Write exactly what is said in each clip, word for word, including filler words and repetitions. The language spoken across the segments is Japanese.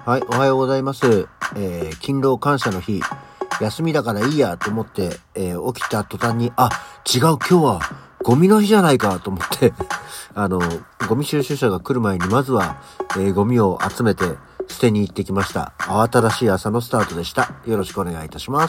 はい、おはようございます。えー、勤労感謝の日、休みだからいいやと思って、えー、起きた途端に、あ、違う、今日はゴミの日じゃないかと思って、あの、ゴミ収集車が来る前にまずは、えー、ゴミを集めて捨てに行ってきました。慌ただしい朝のスタートでした。よろしくお願いいたします。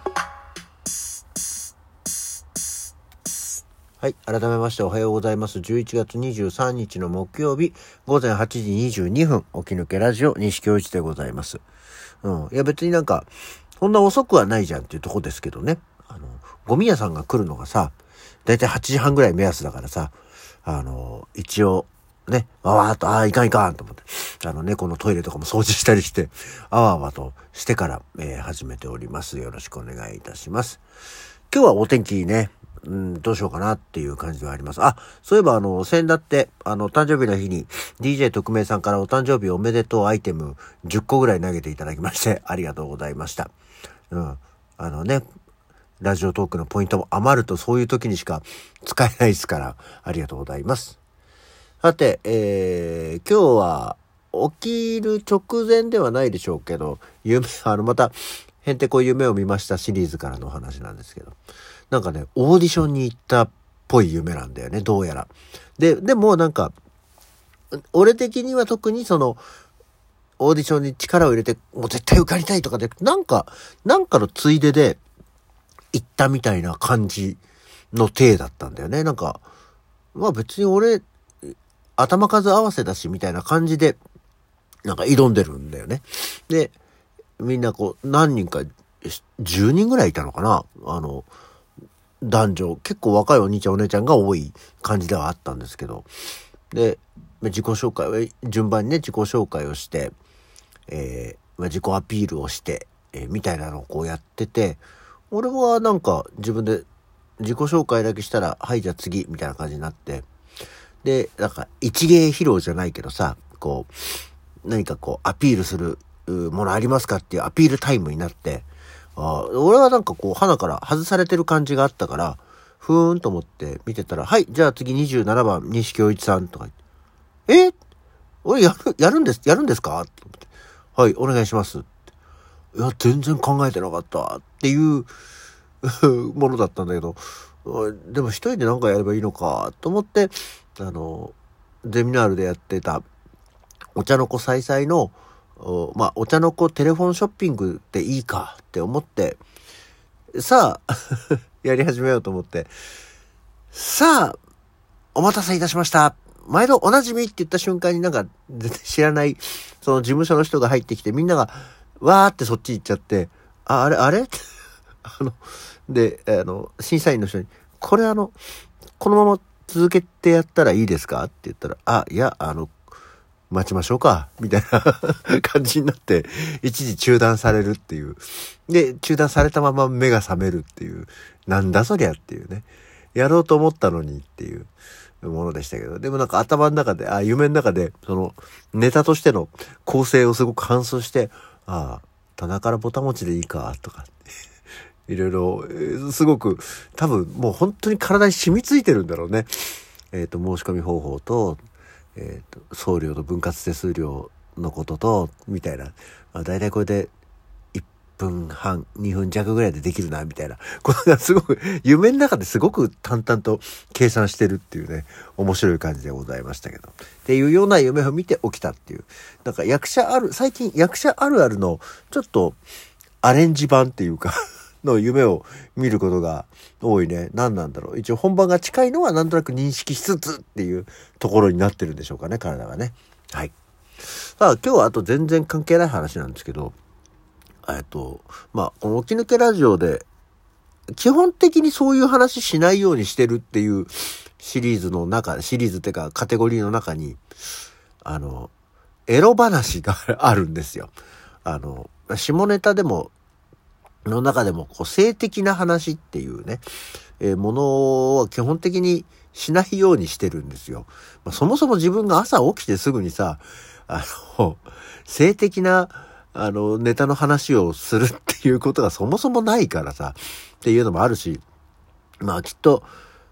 はい。改めましておはようございます。じゅういちがつにじゅうさんにちの木曜日、ごぜんはちじにじゅうにふん、起き抜けラジオ、西京一でございます。うん。いや別になんか、そんな遅くはないじゃんっていうとこですけどね。あの、ゴミ屋さんが来るのがさ、だいたいはちじはんぐらい目安だからさ、あの、一応、ね、わわーっと、ああ、いかんいかんと思って、あの、猫のトイレとかも掃除したりして、あわあわとしてから、えー、始めております。よろしくお願いいたします。今日はお天気ね、うん、どうしようかなっていう感じではあります。あ、そういえばあの、先だって、あの、誕生日の日に ディージェー 特命さんからお誕生日おめでとうアイテムじゅっこぐらい投げていただきまして、ありがとうございました。うん。あのね、ラジオトークのポイントも余るとそういう時にしか使えないですから、ありがとうございます。さて、えー、今日は起きる直前ではないでしょうけど、夢、あの、また、へんてこ夢を見ましたシリーズからのお話なんですけど、なんかね、オーディションに行ったっぽい夢なんだよね、どうやら。で、でもなんか、俺的には特にその、オーディションに力を入れて、もう絶対受かりたいとかで、なんか、なんかのついでで行ったみたいな感じの体だったんだよね。なんか、まあ別に俺、頭数合わせだし、みたいな感じで、なんか挑んでるんだよね。で、みんなこう、何人か、じゅうにんぐらいいたのかな、あの、男女、結構若いお兄ちゃんお姉ちゃんが多い感じではあったんですけど、で、自己紹介を、順番にね、自己紹介をして、えー、自己アピールをして、えー、みたいなのをこうやってて、俺はなんか自分で自己紹介だけしたら、はいじゃあ次、みたいな感じになって、で、なんか一芸披露じゃないけどさ、こう、何かこうアピールするものありますかっていうアピールタイムになって、あ、俺はなんかこう鼻から外されてる感じがあったから、ふーんと思って見てたら、はい、じゃあ次にじゅうななばん、西京一さんとか言って、え俺やる、やるんです、やるんですかって思って、はい、お願いしますって。いや、全然考えてなかったっていうものだったんだけど、でも一人でなんかやればいいのかと思って、あの、ゼミナールでやってたお茶の子さいさいの、おまあ、お茶の子テレフォンショッピングでいいかって思って、さあ、やり始めようと思って、さあ、お待たせいたしました。毎度おなじみって言った瞬間になんか、全然知らない、その事務所の人が入ってきて、みんなが、わーってそっち行っちゃって、あ、あれ、あれあの、で、あの、審査員の人に、これあの、このまま続けてやったらいいですかって言ったら、あ、いや、あの、待ちましょうかみたいな感じになって一時中断されるっていう。で、中断されたまま目が覚めるっていう。なんだそりゃっていうね。やろうと思ったのにっていうものでしたけど。でもなんか頭の中で、あ、夢の中で、そのネタとしての構成をすごく反芻して、ああ、棚からぼたもちでいいかとか。いろいろ、すごく多分もう本当に体に染みついてるんだろうね。えっと、申し込み方法と、えー、と送料と分割手数料のこととみたいな、まあ、だいたいこれでいっぷんはんにふん弱ぐらいでできるなみたいな、これがすごく夢の中ですごく淡々と計算してるっていうね、面白い感じでございましたけど、っていうような夢を見て起きたっていう、なんか役者ある最近役者あるあるのちょっとアレンジ版っていうかの夢を見ることが多いね。何なんだろう。一応本番が近いのはなんとなく認識しつつっていうところになってるんでしょうかね、体がね。はい。さあ、今日はあと全然関係ない話なんですけど、えっと、まあ、この起き抜けラジオで、基本的にそういう話しないようにしてるっていうシリーズの中、シリーズっていうかカテゴリーの中に、あの、エロ話があるんですよ。あの、下ネタでも、の中でもこう性的な話っていうね、えー、ものは基本的にしないようにしてるんですよ。まあ、そもそも自分が朝起きてすぐにさ、あの、性的な、あの、ネタの話をするっていうことがそもそもないからさ、っていうのもあるし、まあきっと、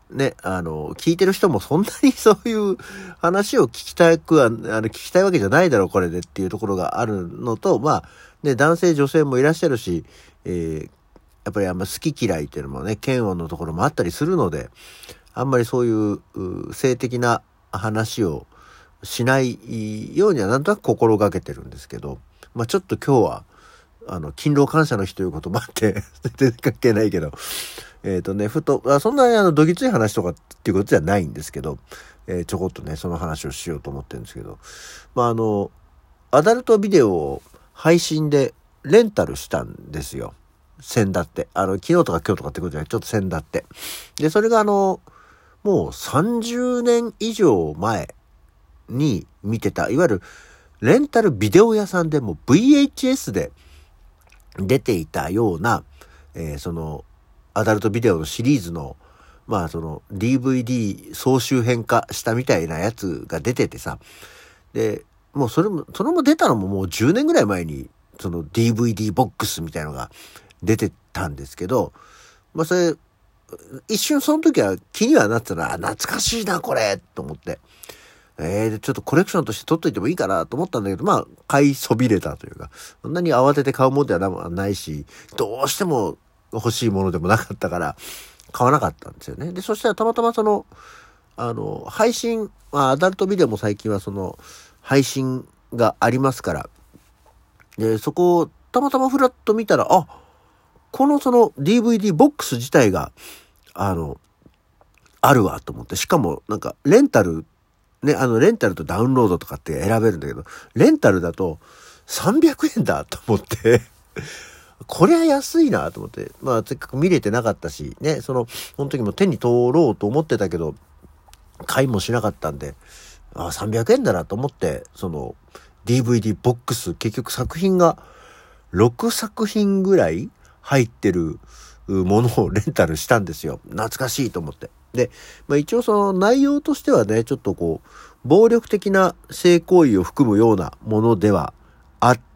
ね、あの、聞いてる人もそんなにそういう話を聞きたくは、あの、聞きたいわけじゃないだろう、これでっていうところがあるのと、まあ、ね、男性女性もいらっしゃるし、えー、やっぱりあんま好き嫌いっていうのもね、嫌悪のところもあったりするので、あんまりそういう、う性的な話をしないようにはなんとなく心がけてるんですけど、まあちょっと今日は、あの、勤労感謝の日ということもあって、全然関係ないけど、えっとね、ふと、あそんなにあの、どぎつい話とかっていうことじゃないんですけど、えー、ちょこっとね、その話をしようと思ってるんですけど、まああの、アダルトビデオを配信でレンタルしたんですよ。先だって。あの、昨日とか今日とかってことじゃない、ちょっと先だって。で、それがあの、もうさんじゅうねん以上前に見てた、いわゆるレンタルビデオ屋さんでも ブイエイチエス で出ていたような、えー、その、アダルトビデオのシリーズの、まあその ディーブイディー 総集編化したみたいなやつが出ててさ、で、もうそれも、それも出たのももうじゅうねんぐらい前に、その ディーブイディー ボックスみたいなのが出てたんですけど、まあそれ、一瞬その時は気にはなってたら、懐かしいなこれと思って、えー、ちょっとコレクションとして取っといてもいいかなと思ったんだけど、まあ買いそびれたというか、そんなに慌てて買うもんではないし、どうしても欲しいものでもなかったから買わなかったんですよね。で、そしたらたまたまその、あの、配信、まあアダルトビデオも最近はその、配信がありますから、で、そこをたまたまフラッと見たら、あ、このその ディーブイディー ボックス自体が、あの、あるわと思って、しかもなんかレンタル、ね、あのレンタルとダウンロードとかって選べるんだけど、レンタルだとさんびゃくえんだと思って、これは安いなと思って、まあせっかく見れてなかったし、ね、その、その時も手に取ろうと思ってたけど、買いもしなかったんで、あ、さんびゃくえんだなと思って、その ディーブイディー ボックス、結局作品がろくさく品ぐらい入ってるものをレンタルしたんですよ。懐かしいと思って。で、まあ一応その内容としてはね、ちょっとこう、暴力的な性行為を含むようなものではあった、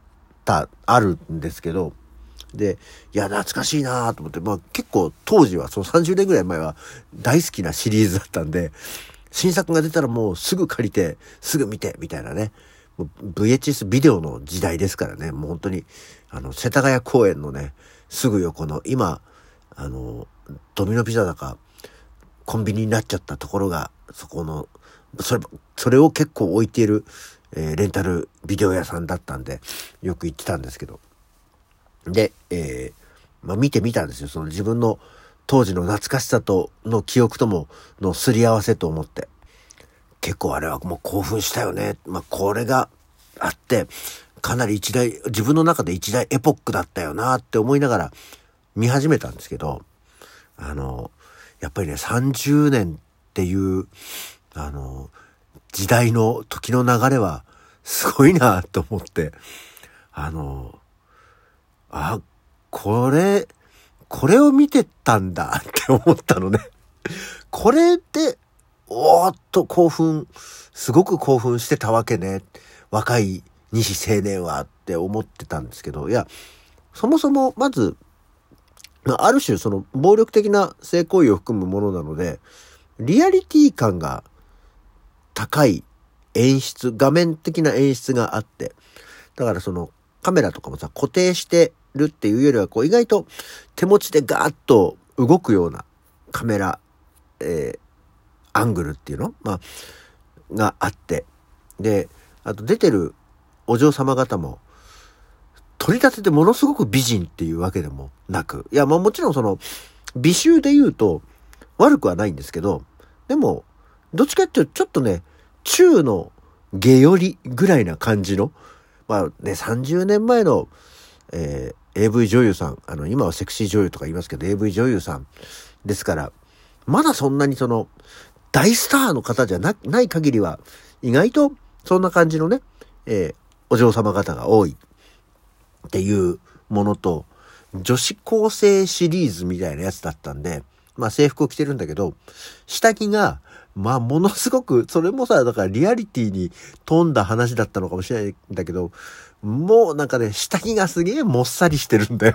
あるんですけど、で、いや、懐かしいなと思って、まあ結構当時は、そのさんじゅうねんぐらい前は大好きなシリーズだったんで、新作が出たらもうすぐ借りて、すぐ見て、みたいなね。ブイエイチエス ビデオの時代ですからね。もう本当に、あの、世田谷公園のね、すぐ横の、今、あの、ドミノピザだか、コンビニになっちゃったところが、そこの、それ、それを結構置いている、えー、レンタルビデオ屋さんだったんで、よく行ってたんですけど。で、えー、まあ見てみたんですよ。その自分の当時の懐かしさとの記憶とものすり合わせと思って。結構あれはもう興奮したよね。まあこれがあって、かなり一大、自分の中で一大エポックだったよなって思いながら見始めたんですけど、あの、やっぱりね、さんじゅうねんっていう、あの、時代の時の流れはすごいなと思って、あの、あ、これ、これを見てたんだって思ったのね。これで、おーっと興奮、すごく興奮してたわけね。若い西青年はって思ってたんですけど、いや、そもそもまず、ある種その暴力的な性行為を含むものなので、リアリティ感が高い演出、画面的な演出があって、だからそのカメラとかもさ、固定してるっていうよりは、こう意外と手持ちでガーッと動くようなカメラ、えー、アングルっていうのまあ、があって、で、あと出てるお嬢様方も、取り立ててものすごく美人っていうわけでもなく、いや、まあもちろんその、美醜で言うと悪くはないんですけど、でも、どっちかっていうとちょっとね、中の下寄りぐらいな感じの、まあね、さんじゅうねんまえの、えー、エーブイ 女優さん、あの、今はセクシー女優とか言いますけど、エーブイ 女優さんですから、まだそんなにその、大スターの方じゃな、ない限りは、意外とそんな感じのね、えー、お嬢様方が多いっていうものと、女子高生シリーズみたいなやつだったんで、まあ制服を着てるんだけど、下着が、まあものすごく、それもさ、だからリアリティに富んだ話だったのかもしれないんだけど、もうなんかね、下着がすげえもっさりしてるんだよ。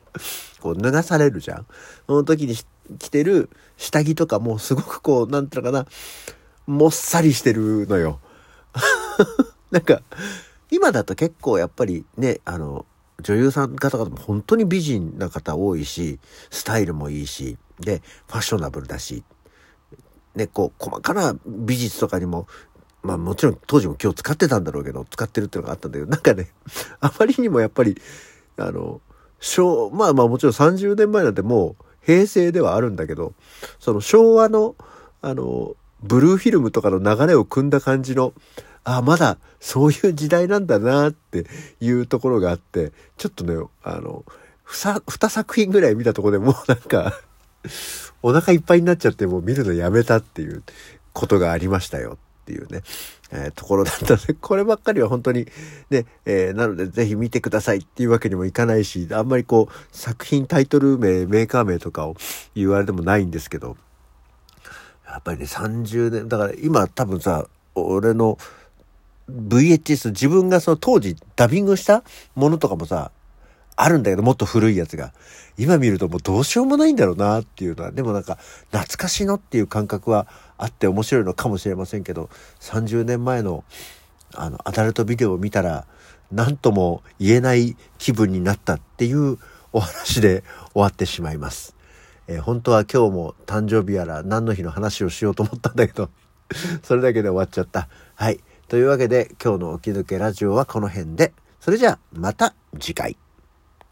こう脱がされるじゃん。その時に着てる下着とかもすごくこう、なんていうのかな、もっさりしてるのよ。なんか、今だと結構やっぱりね、あの、女優さん方々も本当に美人な方多いし、スタイルもいいし、で、ファッショナブルだし、ね、こう、細かな美術とかにも、まあもちろん当時も今日使ってたんだろうけど、使ってるっていうのがあったんだけど、なんかね、あまりにもやっぱり、あの、昭、まあまあもちろんさんじゅうねんまえなんてもう平成ではあるんだけど、その昭和の、あの、ブルーフィルムとかの流れを組んだ感じの、あ、まだそういう時代なんだなっていうところがあって、ちょっとね、あの、ふさ、に作品ぐらい見たところでもうなんか、お腹いっぱいになっちゃってもう見るのやめたっていうことがありましたよっていうね、えー、ところだったので、こればっかりは本当にね、えー、なのでぜひ見てくださいっていうわけにもいかないし、あんまりこう作品タイトル名、メーカー名とかを言われてもないんですけど、やっぱりねさんじゅうねんだから今多分さ、俺の ブイエイチエス 自分がその当時ダビングしたものとかもさあるんだけど、もっと古いやつが今見るともうどうしようもないんだろうなっていうのは、でもなんか懐かしのっていう感覚はあって面白いのかもしれませんけど、さんじゅうねんまえのあのアダルトビデオを見たら何とも言えない気分になったっていうお話で終わってしまいます。えー、本当は今日も誕生日やら何の日の話をしようと思ったんだけどそれだけで終わっちゃった。はい、というわけで今日の起き抜けラジオはこの辺で、それじゃあまた次回。